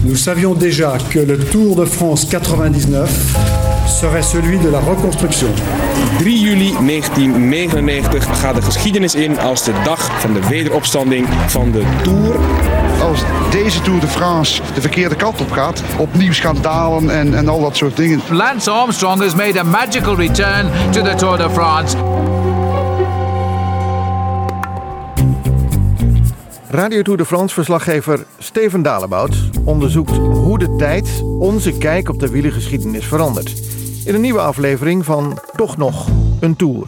Nous savions déjà que le Tour de France 99 serait celui de la reconstruction. 3 juli 1999 gaat de geschiedenis in als de dag van de wederopstanding van de Tour. Als deze Tour de France de verkeerde kant op gaat, opnieuw schandalen en al dat soort dingen. Lance Armstrong has made a magical return to the Tour de France. Radio Tour de France-verslaggever Steven Dalebout onderzoekt hoe de tijd onze kijk op de wielergeschiedenis verandert. In een nieuwe aflevering van Toch nog een Tour.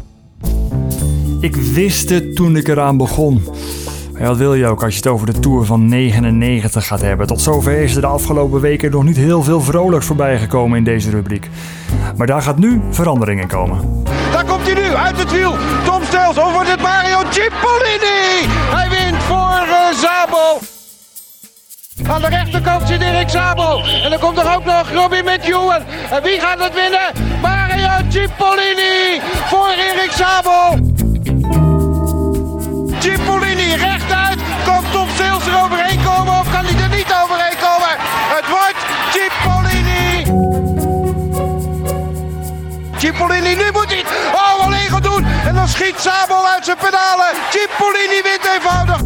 Ik wist het toen ik eraan begon. Ja, wat wil je ook als je het over de Tour van 99 gaat hebben? Tot zover is er de afgelopen weken nog niet heel veel vrolijks voorbij gekomen in deze rubriek. Maar daar gaat nu verandering in komen. Daar komt hij nu, uit het wiel. Tom Stels, of wordt het Mario Cipollini? Hij wint voor Zabel. Aan de rechterkant zit Erik Zabel. En dan komt er ook nog Robbie McEwen. En wie gaat het winnen? Mario Cipollini voor Erik Zabel. Cipollini rechtuit. Kan Tom Stels er overheen komen of kan hij er niet overheen komen? Het wordt Cipollini. Cipollini, nu moet hij alleen gaan doen. En dan schiet Zabel uit zijn pedalen. Cipollini wint eenvoudig.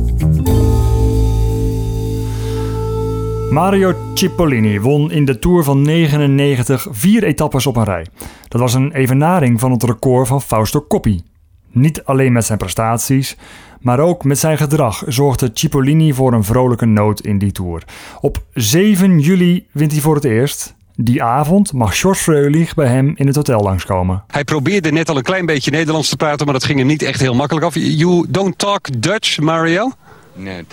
Mario Cipollini won in de Tour van 99 4 etappes op een rij. Dat was een evenaring van het record van Fausto Coppi. Niet alleen met zijn prestaties, maar ook met zijn gedrag zorgde Cipollini voor een vrolijke noot in die Tour. Op 7 juli wint hij voor het eerst. Die avond mag George Freulich bij hem in het hotel langskomen. Hij probeerde net al een klein beetje Nederlands te praten, maar dat ging hem niet echt heel makkelijk af. You don't talk Dutch, Mario? Nee.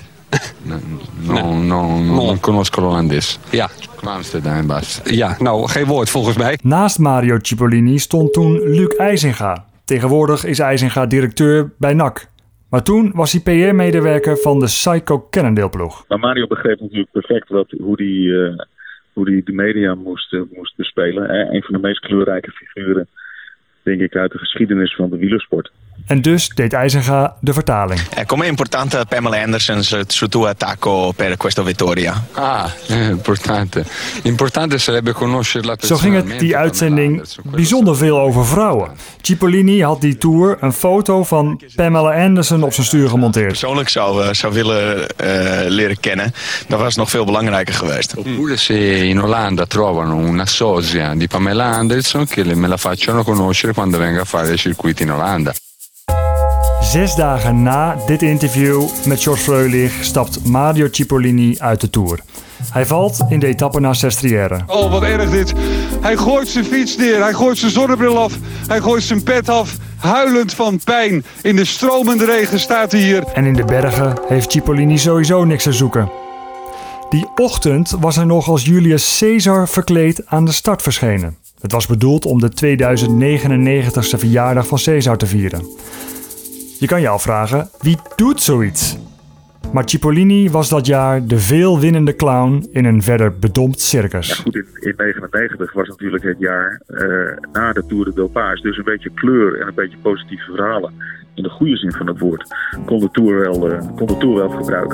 Non conosco l'Olandese. Ja. Amsterdam en basta. Ja, nou, geen woord volgens mij. Naast Mario Cipollini stond toen Luc IJzinga. Tegenwoordig is IJzinga directeur bij NAC. Maar toen was hij PR-medewerker van de Psycho Cannondale-ploeg. Maar Mario begreep natuurlijk perfect hoe die de media moest bespelen. Een van de meest kleurrijke figuren, denk ik, uit de geschiedenis van de wielersport. En dus deed IJzinga de vertaling. Com'è importante Pamela Anderson sul tuo attacco per questa vittoria? Importante. Importante sarebbe conoscerla. Zo ging het die uitzending bijzonder veel over vrouwen. Cipollini had die Tour een foto van Pamela Anderson op zijn stuur gemonteerd. Persoonlijk zou willen leren kennen, dat was nog veel belangrijker geweest. Oppure se in Olanda trovano una sosia di Pamela Anderson che me la facciano conoscere quando venga a fare i circuiti in Olanda. 6 dagen na dit interview met George Freulich stapt Mario Cipollini uit de Tour. Hij valt in de etappe naar Sestriere. Oh, wat erg dit. Hij gooit zijn fiets neer, hij gooit zijn zonnebril af, hij gooit zijn pet af. Huilend van pijn. In de stromende regen staat hij hier. En in de bergen heeft Cipollini sowieso niks te zoeken. Die ochtend was hij nog als Julius Caesar verkleed aan de start verschenen. Het was bedoeld om de 2099ste verjaardag van Caesar te vieren. Je kan je afvragen, wie doet zoiets? Maar Cipollini was dat jaar de veelwinnende clown in een verder bedompt circus. Ja, goed, in 99 was natuurlijk het jaar na de Tour de Dopage. Dus een beetje kleur en een beetje positieve verhalen. In de goede zin van het woord. Kon de Tour wel gebruiken.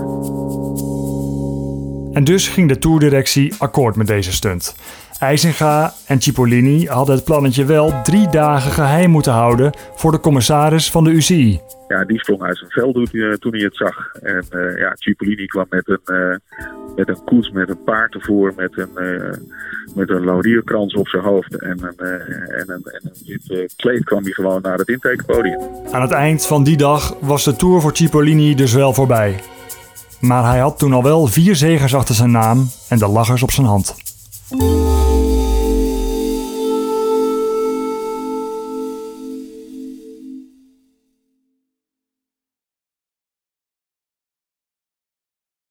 En dus ging de Tourdirectie akkoord met deze stunt. IJzinga en Cipollini hadden het plannetje wel 3 dagen geheim moeten houden voor de commissaris van de UCI. Ja, die sprong uit zijn vel toen hij het zag. En Cipollini kwam met een koets, met een paard ervoor, met een laurierkrans op zijn hoofd. En een wit kleed kwam hij gewoon naar het intakepodium. Aan het eind van die dag was de Tour voor Cipollini dus wel voorbij. Maar hij had toen al wel 4 zeges achter zijn naam en de lachers op zijn hand.